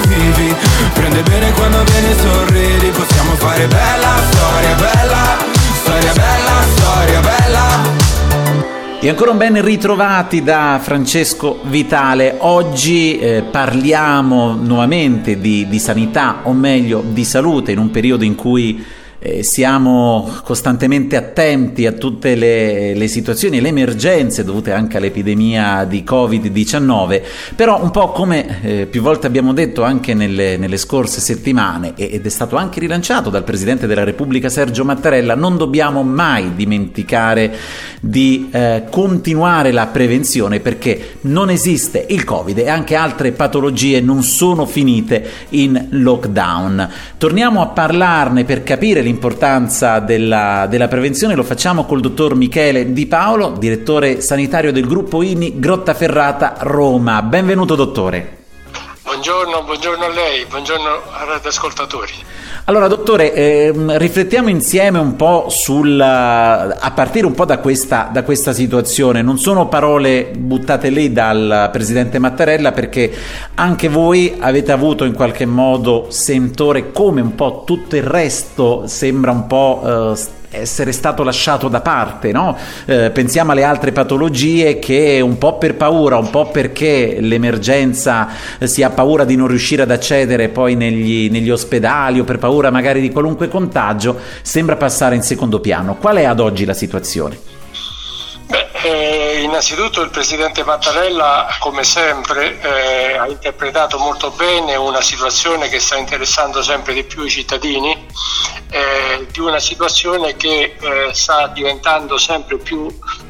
vivi. Prende bene quando vieni, sorridi. Possiamo fare bella storia, bella storia, bella storia, bella. E ancora un ben ritrovati da Francesco Vitale. Oggi parliamo nuovamente di sanità, o meglio di salute, in un periodo in cui siamo costantemente attenti a tutte le situazioni e le emergenze dovute anche all'epidemia di Covid-19, però un po' come più volte abbiamo detto anche nelle scorse settimane, ed è stato anche rilanciato dal Presidente della Repubblica Sergio Mattarella, non dobbiamo mai dimenticare di continuare la prevenzione, perché non esiste il Covid e anche altre patologie non sono finite in lockdown. Torniamo a parlarne per capire l'importanza della prevenzione. Lo facciamo col dottor Michele Di Paolo, direttore sanitario del gruppo INI Grottaferrata Roma. Benvenuto dottore. Buongiorno a lei, buongiorno ai radioascoltatori. Allora dottore, riflettiamo insieme un po' a partire un po' da questa situazione. Non sono parole buttate lì dal Presidente Mattarella, perché anche voi avete avuto in qualche modo sentore come un po' tutto il resto sembra un po' essere stato lasciato da parte, no? Pensiamo alle altre patologie che un po' per paura, un po' perché l'emergenza si ha paura di non riuscire ad accedere poi negli ospedali, o per paura magari di qualunque contagio, sembra passare in secondo piano. Qual è ad oggi la situazione? Innanzitutto il Presidente Mattarella, come sempre, ha interpretato molto bene una situazione che sta interessando sempre di più i cittadini, di una situazione che sta diventando sempre più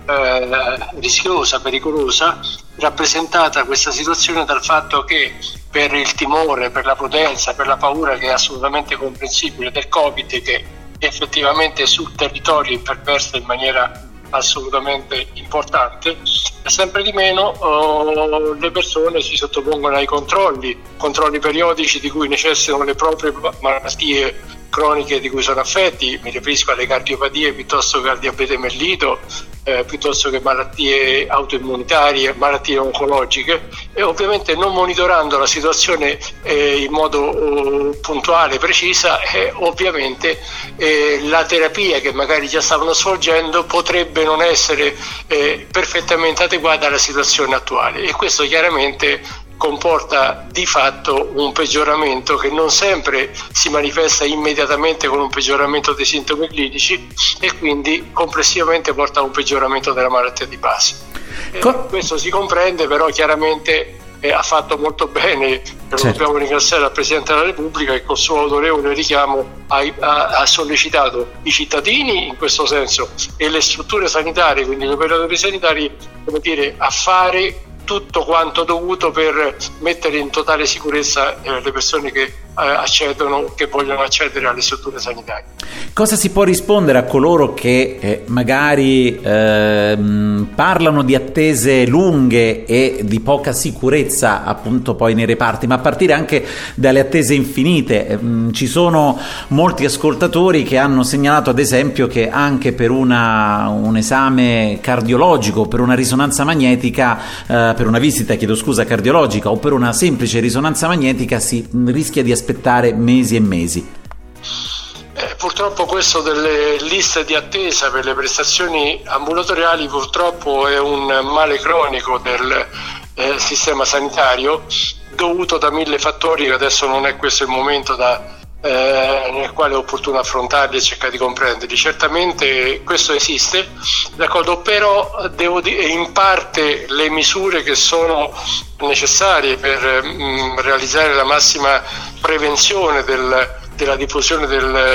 rischiosa, pericolosa, rappresentata questa situazione dal fatto che, per il timore, per la prudenza, per la paura che è assolutamente comprensibile del Covid, che effettivamente sul territorio imperversa in maniera assolutamente importante, sempre di meno le persone si sottopongono ai controlli periodici di cui necessitano le proprie malattie croniche di cui sono affetti. Mi riferisco alle cardiopatie piuttosto che al diabete mellito, piuttosto che malattie autoimmunitarie, malattie oncologiche, e ovviamente non monitorando la situazione in modo puntuale, precisa, ovviamente la terapia che magari già stavano svolgendo potrebbe non essere perfettamente adeguata alla situazione attuale, e questo chiaramente comporta di fatto un peggioramento che non sempre si manifesta immediatamente con un peggioramento dei sintomi clinici, e quindi complessivamente porta a un peggioramento della malattia di base. Questo si comprende, però chiaramente ha fatto molto bene, certo. Dobbiamo ringraziare al Presidente della Repubblica, che col suo autorevole richiamo ha sollecitato i cittadini in questo senso e le strutture sanitarie, quindi gli operatori sanitari, a fare tutto quanto dovuto per mettere in totale sicurezza le persone che vogliono accedere alle strutture sanitarie. Cosa si può rispondere a coloro che magari parlano di attese lunghe e di poca sicurezza appunto poi nei reparti, ma a partire anche dalle attese infinite? Ci sono molti ascoltatori che hanno segnalato ad esempio che anche per un esame cardiologico, per una risonanza magnetica, per una visita cardiologica o per una semplice risonanza magnetica si rischia di aspettare mesi e mesi. Purtroppo questo delle liste di attesa per le prestazioni ambulatoriali purtroppo è un male cronico del sistema sanitario, dovuto da mille fattori che adesso non è questo il momento nel quale è opportuno affrontarli e cercare di comprenderli. Certamente questo esiste, d'accordo, però devo dire in parte le misure che sono necessarie per realizzare la massima prevenzione della diffusione del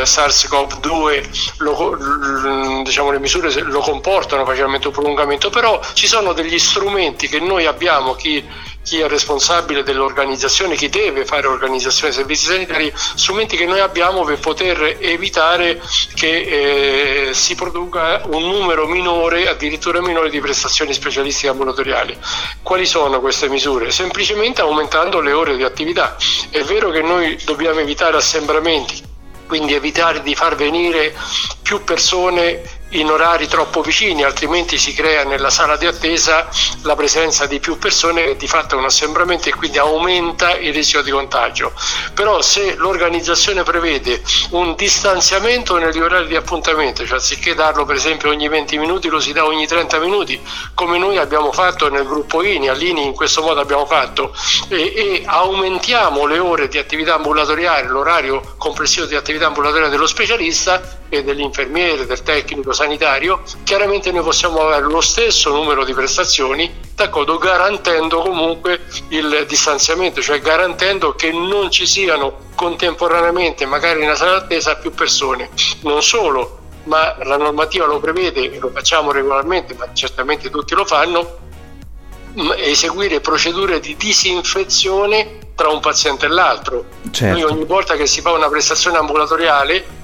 SARS-CoV-2, le misure lo comportano facilmente un prolungamento, però ci sono degli strumenti che noi abbiamo, chi è responsabile dell'organizzazione, chi deve fare organizzazione dei servizi sanitari, strumenti che noi abbiamo per poter evitare che si produca un numero minore, addirittura minore, di prestazioni specialistiche ambulatoriali. Quali sono queste misure? Semplicemente aumentando le ore di attività. È vero che noi dobbiamo evitare assembramenti, quindi evitare di far venire più persone in orari troppo vicini, altrimenti si crea nella sala di attesa la presenza di più persone che di fatto è un assembramento e quindi aumenta il rischio di contagio. Però se l'organizzazione prevede un distanziamento negli orari di appuntamento, cioè anziché darlo per esempio ogni 20 minuti lo si dà ogni 30 minuti, come noi abbiamo fatto nel gruppo INI, all'INI in questo modo abbiamo fatto, e aumentiamo le ore di attività ambulatoriale, l'orario complessivo di attività ambulatoriale dello specialista e dell'infermiere, del tecnico sanitario, chiaramente noi possiamo avere lo stesso numero di prestazioni, d'accordo, garantendo comunque il distanziamento, cioè garantendo che non ci siano contemporaneamente magari in una sala d'attesa più persone. Non solo, ma la normativa lo prevede, e lo facciamo regolarmente, ma certamente tutti lo fanno, eseguire procedure di disinfezione tra un paziente e l'altro. Certo. Noi ogni volta che si fa una prestazione ambulatoriale,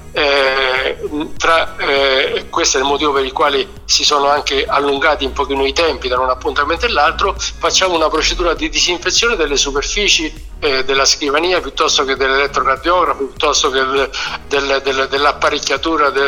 questo è il motivo per il quale si sono anche allungati un pochino i tempi da un appuntamento all'altro, facciamo una procedura di disinfezione delle superfici della scrivania, piuttosto che dell'elettrocardiografo, piuttosto che dell'apparecchiatura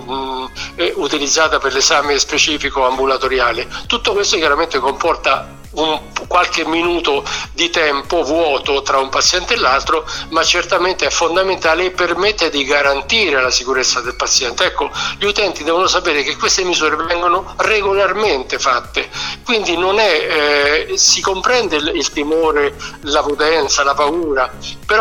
utilizzata per l'esame specifico ambulatoriale. Tutto questo chiaramente comporta qualche minuto di tempo vuoto tra un paziente e l'altro, ma certamente è fondamentale e permette di garantire la sicurezza del paziente. Ecco, gli utenti devono sapere che queste misure vengono regolarmente fatte, quindi non è si comprende il timore, la prudenza, la paura,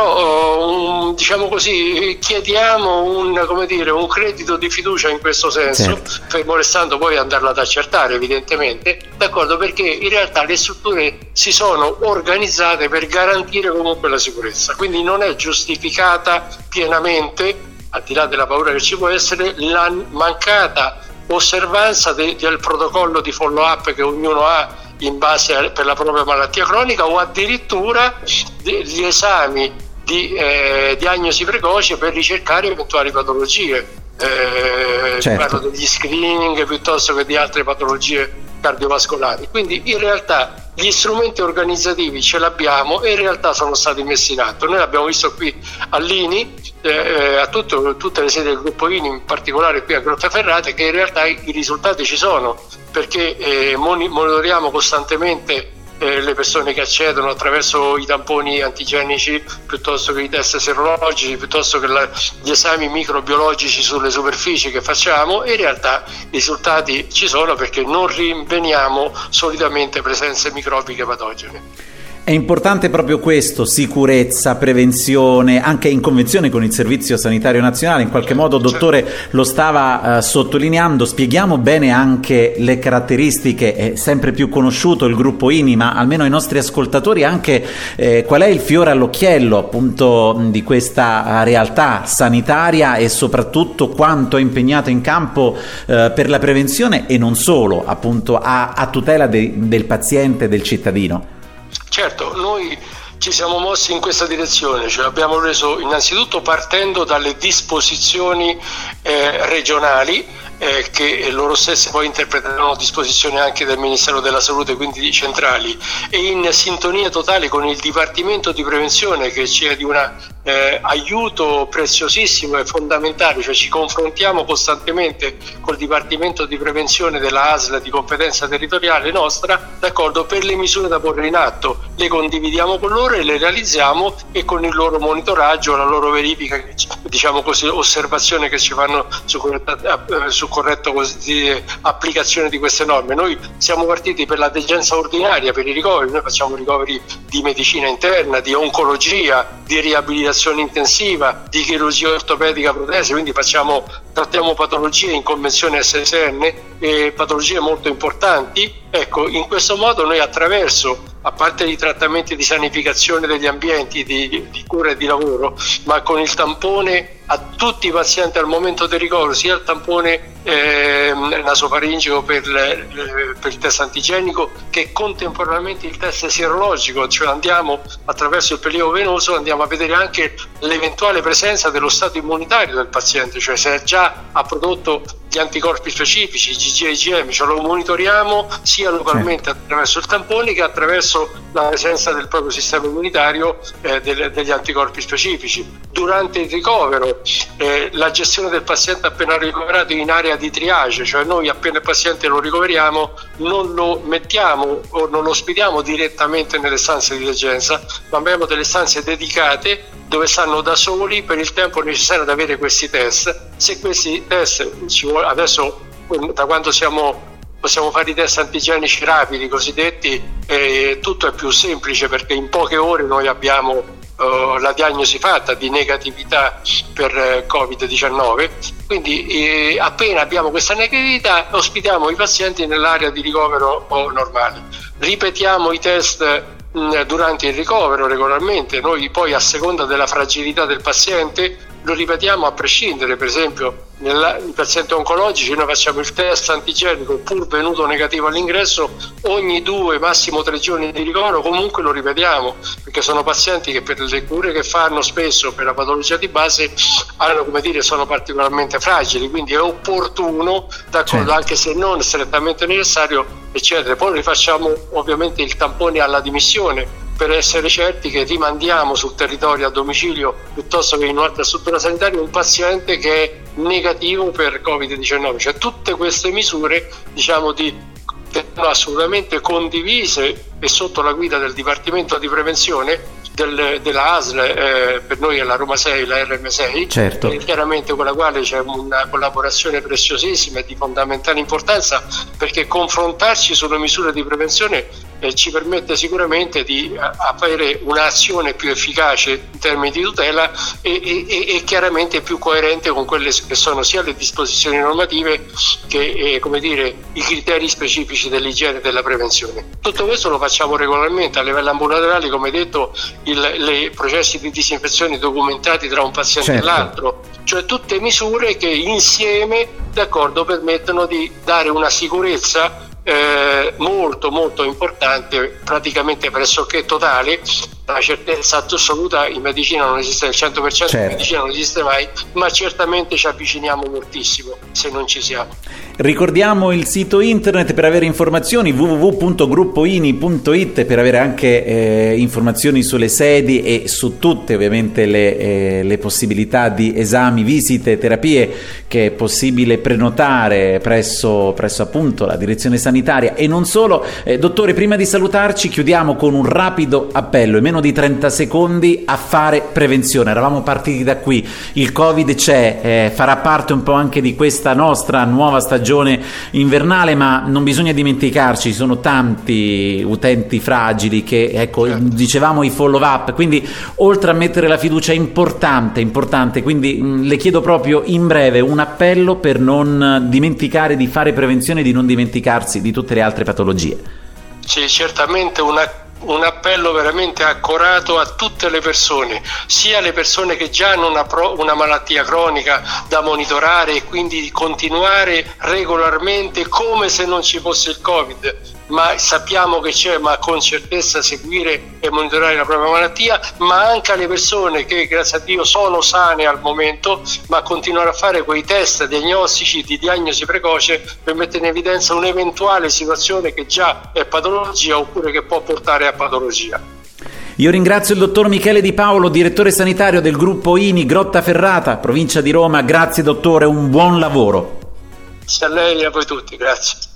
però diciamo così, chiediamo un credito di fiducia in questo senso, certo, fermo restando poi andarlo ad accertare evidentemente, d'accordo, perché in realtà le strutture si sono organizzate per garantire comunque la sicurezza, quindi non è giustificata pienamente, al di là della paura che ci può essere, la mancata osservanza del protocollo di follow up che ognuno ha in base per la propria malattia cronica, o addirittura gli esami di diagnosi precoce per ricercare eventuali patologie. Certo. Parlo degli screening piuttosto che di altre patologie cardiovascolari. Quindi in realtà gli strumenti organizzativi ce l'abbiamo e in realtà sono stati messi in atto. Noi l'abbiamo visto qui all'INI, a tutte le sedi del gruppo INI, in particolare qui a Grottaferrate, che in realtà i risultati ci sono, perché monitoriamo costantemente le persone che accedono attraverso i tamponi antigenici, piuttosto che i test serologici, piuttosto che gli esami microbiologici sulle superfici che facciamo, e in realtà i risultati ci sono, perché non rinveniamo solitamente presenze microbiche patogene. È importante proprio questo, sicurezza, prevenzione, anche in convenzione con il Servizio Sanitario Nazionale. In qualche modo, dottore, lo stava sottolineando. Spieghiamo bene anche le caratteristiche, è sempre più conosciuto il gruppo INI, ma almeno ai nostri ascoltatori anche qual è il fiore all'occhiello appunto di questa realtà sanitaria, e soprattutto quanto è impegnato in campo per la prevenzione e non solo, appunto a tutela del paziente e del cittadino. Certo, noi ci siamo mossi in questa direzione, cioè abbiamo reso innanzitutto partendo dalle disposizioni regionali, che loro stesse poi interpreteranno disposizioni anche del Ministero della Salute, quindi centrali, e in sintonia totale con il Dipartimento di Prevenzione, che ci è di un aiuto preziosissimo e fondamentale, cioè ci confrontiamo costantemente col Dipartimento di Prevenzione della ASL di competenza territoriale nostra, d'accordo, per le misure da porre in atto. Le condividiamo con loro e le realizziamo, e con il loro monitoraggio, la loro verifica, diciamo così, osservazione che ci fanno su corretto applicazione di queste norme. Noi siamo partiti per la degenza ordinaria, per i ricoveri. Noi facciamo ricoveri di medicina interna, di oncologia, di riabilitazione intensiva, di chirurgia ortopedica protesi, quindi trattiamo patologie in convenzione SSN e patologie molto importanti. Ecco, in questo modo noi, attraverso, a parte i trattamenti di sanificazione degli ambienti, di cura e di lavoro, ma con il tampone a tutti i pazienti al momento del ricovero, sia il tampone nasofaringico per il test antigenico, che contemporaneamente il test sierologico, cioè andiamo attraverso il prelievo venoso, andiamo a vedere anche l'eventuale presenza dello stato immunitario del paziente, cioè se già ha prodotto gli anticorpi specifici, IgG e IgM, cioè lo monitoriamo sia localmente attraverso il tampone che attraverso la presenza del proprio sistema immunitario degli anticorpi specifici. Durante il ricovero la gestione del paziente appena ricoverato in area di triage, cioè noi appena il paziente lo ricoveriamo non lo mettiamo o non lo ospitiamo direttamente nelle stanze di degenza, ma abbiamo delle stanze dedicate dove stanno da soli per il tempo necessario ad avere questi test. Se questi test adesso, da quando possiamo fare i test antigenici rapidi cosiddetti, tutto è più semplice, perché in poche ore noi abbiamo la diagnosi fatta di negatività per Covid-19, quindi appena abbiamo questa negatività ospitiamo i pazienti nell'area di ricovero normale. Ripetiamo i test durante il ricovero regolarmente, noi poi a seconda della fragilità del paziente lo ripetiamo a prescindere. Per esempio nei pazienti oncologici noi facciamo il test antigenico pur venuto negativo all'ingresso ogni 2 massimo 3 giorni di ricovero, comunque lo ripetiamo, perché sono pazienti che per le cure che fanno spesso per la patologia di base sono particolarmente fragili, quindi è opportuno, d'accordo, anche se non strettamente necessario, eccetera. Poi rifacciamo ovviamente il tampone alla dimissione per essere certi che rimandiamo sul territorio a domicilio piuttosto che in un'altra struttura sanitaria un paziente che è negativo per Covid-19. Cioè tutte queste misure vengono assolutamente condivise e sotto la guida del Dipartimento di Prevenzione della ASL, per noi è la Roma 6, la RM6, certo. Chiaramente con la quale c'è una collaborazione preziosissima e di fondamentale importanza, perché confrontarci sulle misure di prevenzione ci permette sicuramente di avere un'azione più efficace in termini di tutela e chiaramente più coerente con quelle che sono sia le disposizioni normative che i criteri specifici dell'igiene e della prevenzione. Tutto questo lo facciamo regolarmente a livello ambulatoriale, come detto, i processi di disinfezione documentati tra un paziente e l'altro, cioè tutte misure che insieme permettono di dare una sicurezza molto molto importante, praticamente pressoché totale. La certezza assoluta in medicina non esiste al 100%, in medicina non esiste mai, ma certamente ci avviciniamo moltissimo se non ci siamo. Ricordiamo il sito internet per avere informazioni, www.gruppoini.it, per avere anche informazioni sulle sedi e su tutte ovviamente le possibilità di esami, visite, terapie che è possibile prenotare presso appunto la direzione sanitaria e non solo. Dottore, prima di salutarci chiudiamo con un rapido appello, in meno di 30 secondi, a fare prevenzione. Eravamo partiti da qui, il Covid c'è, farà parte un po' anche di questa nostra nuova stagione invernale, ma non bisogna dimenticarci, ci sono tanti utenti fragili che, dicevamo i follow up, quindi oltre a mettere la fiducia è importante, quindi le chiedo proprio in breve un appello per non dimenticare di fare prevenzione e di non dimenticarsi di tutte le altre patologie. Sì, certamente un appello veramente accorato a tutte le persone, sia le persone che già hanno una malattia cronica da monitorare e quindi continuare regolarmente come se non ci fosse il Covid, ma sappiamo che c'è, ma con certezza seguire e monitorare la propria malattia, ma anche alle persone che grazie a Dio sono sane al momento, ma continuare a fare quei test diagnostici di diagnosi precoce per mettere in evidenza un'eventuale situazione che già è patologia oppure che può portare a patologia. Io ringrazio il dottor Michele Di Paolo, direttore sanitario del gruppo INI Grottaferrata, provincia di Roma. Grazie dottore, un buon lavoro. Grazie a lei e a voi tutti, grazie.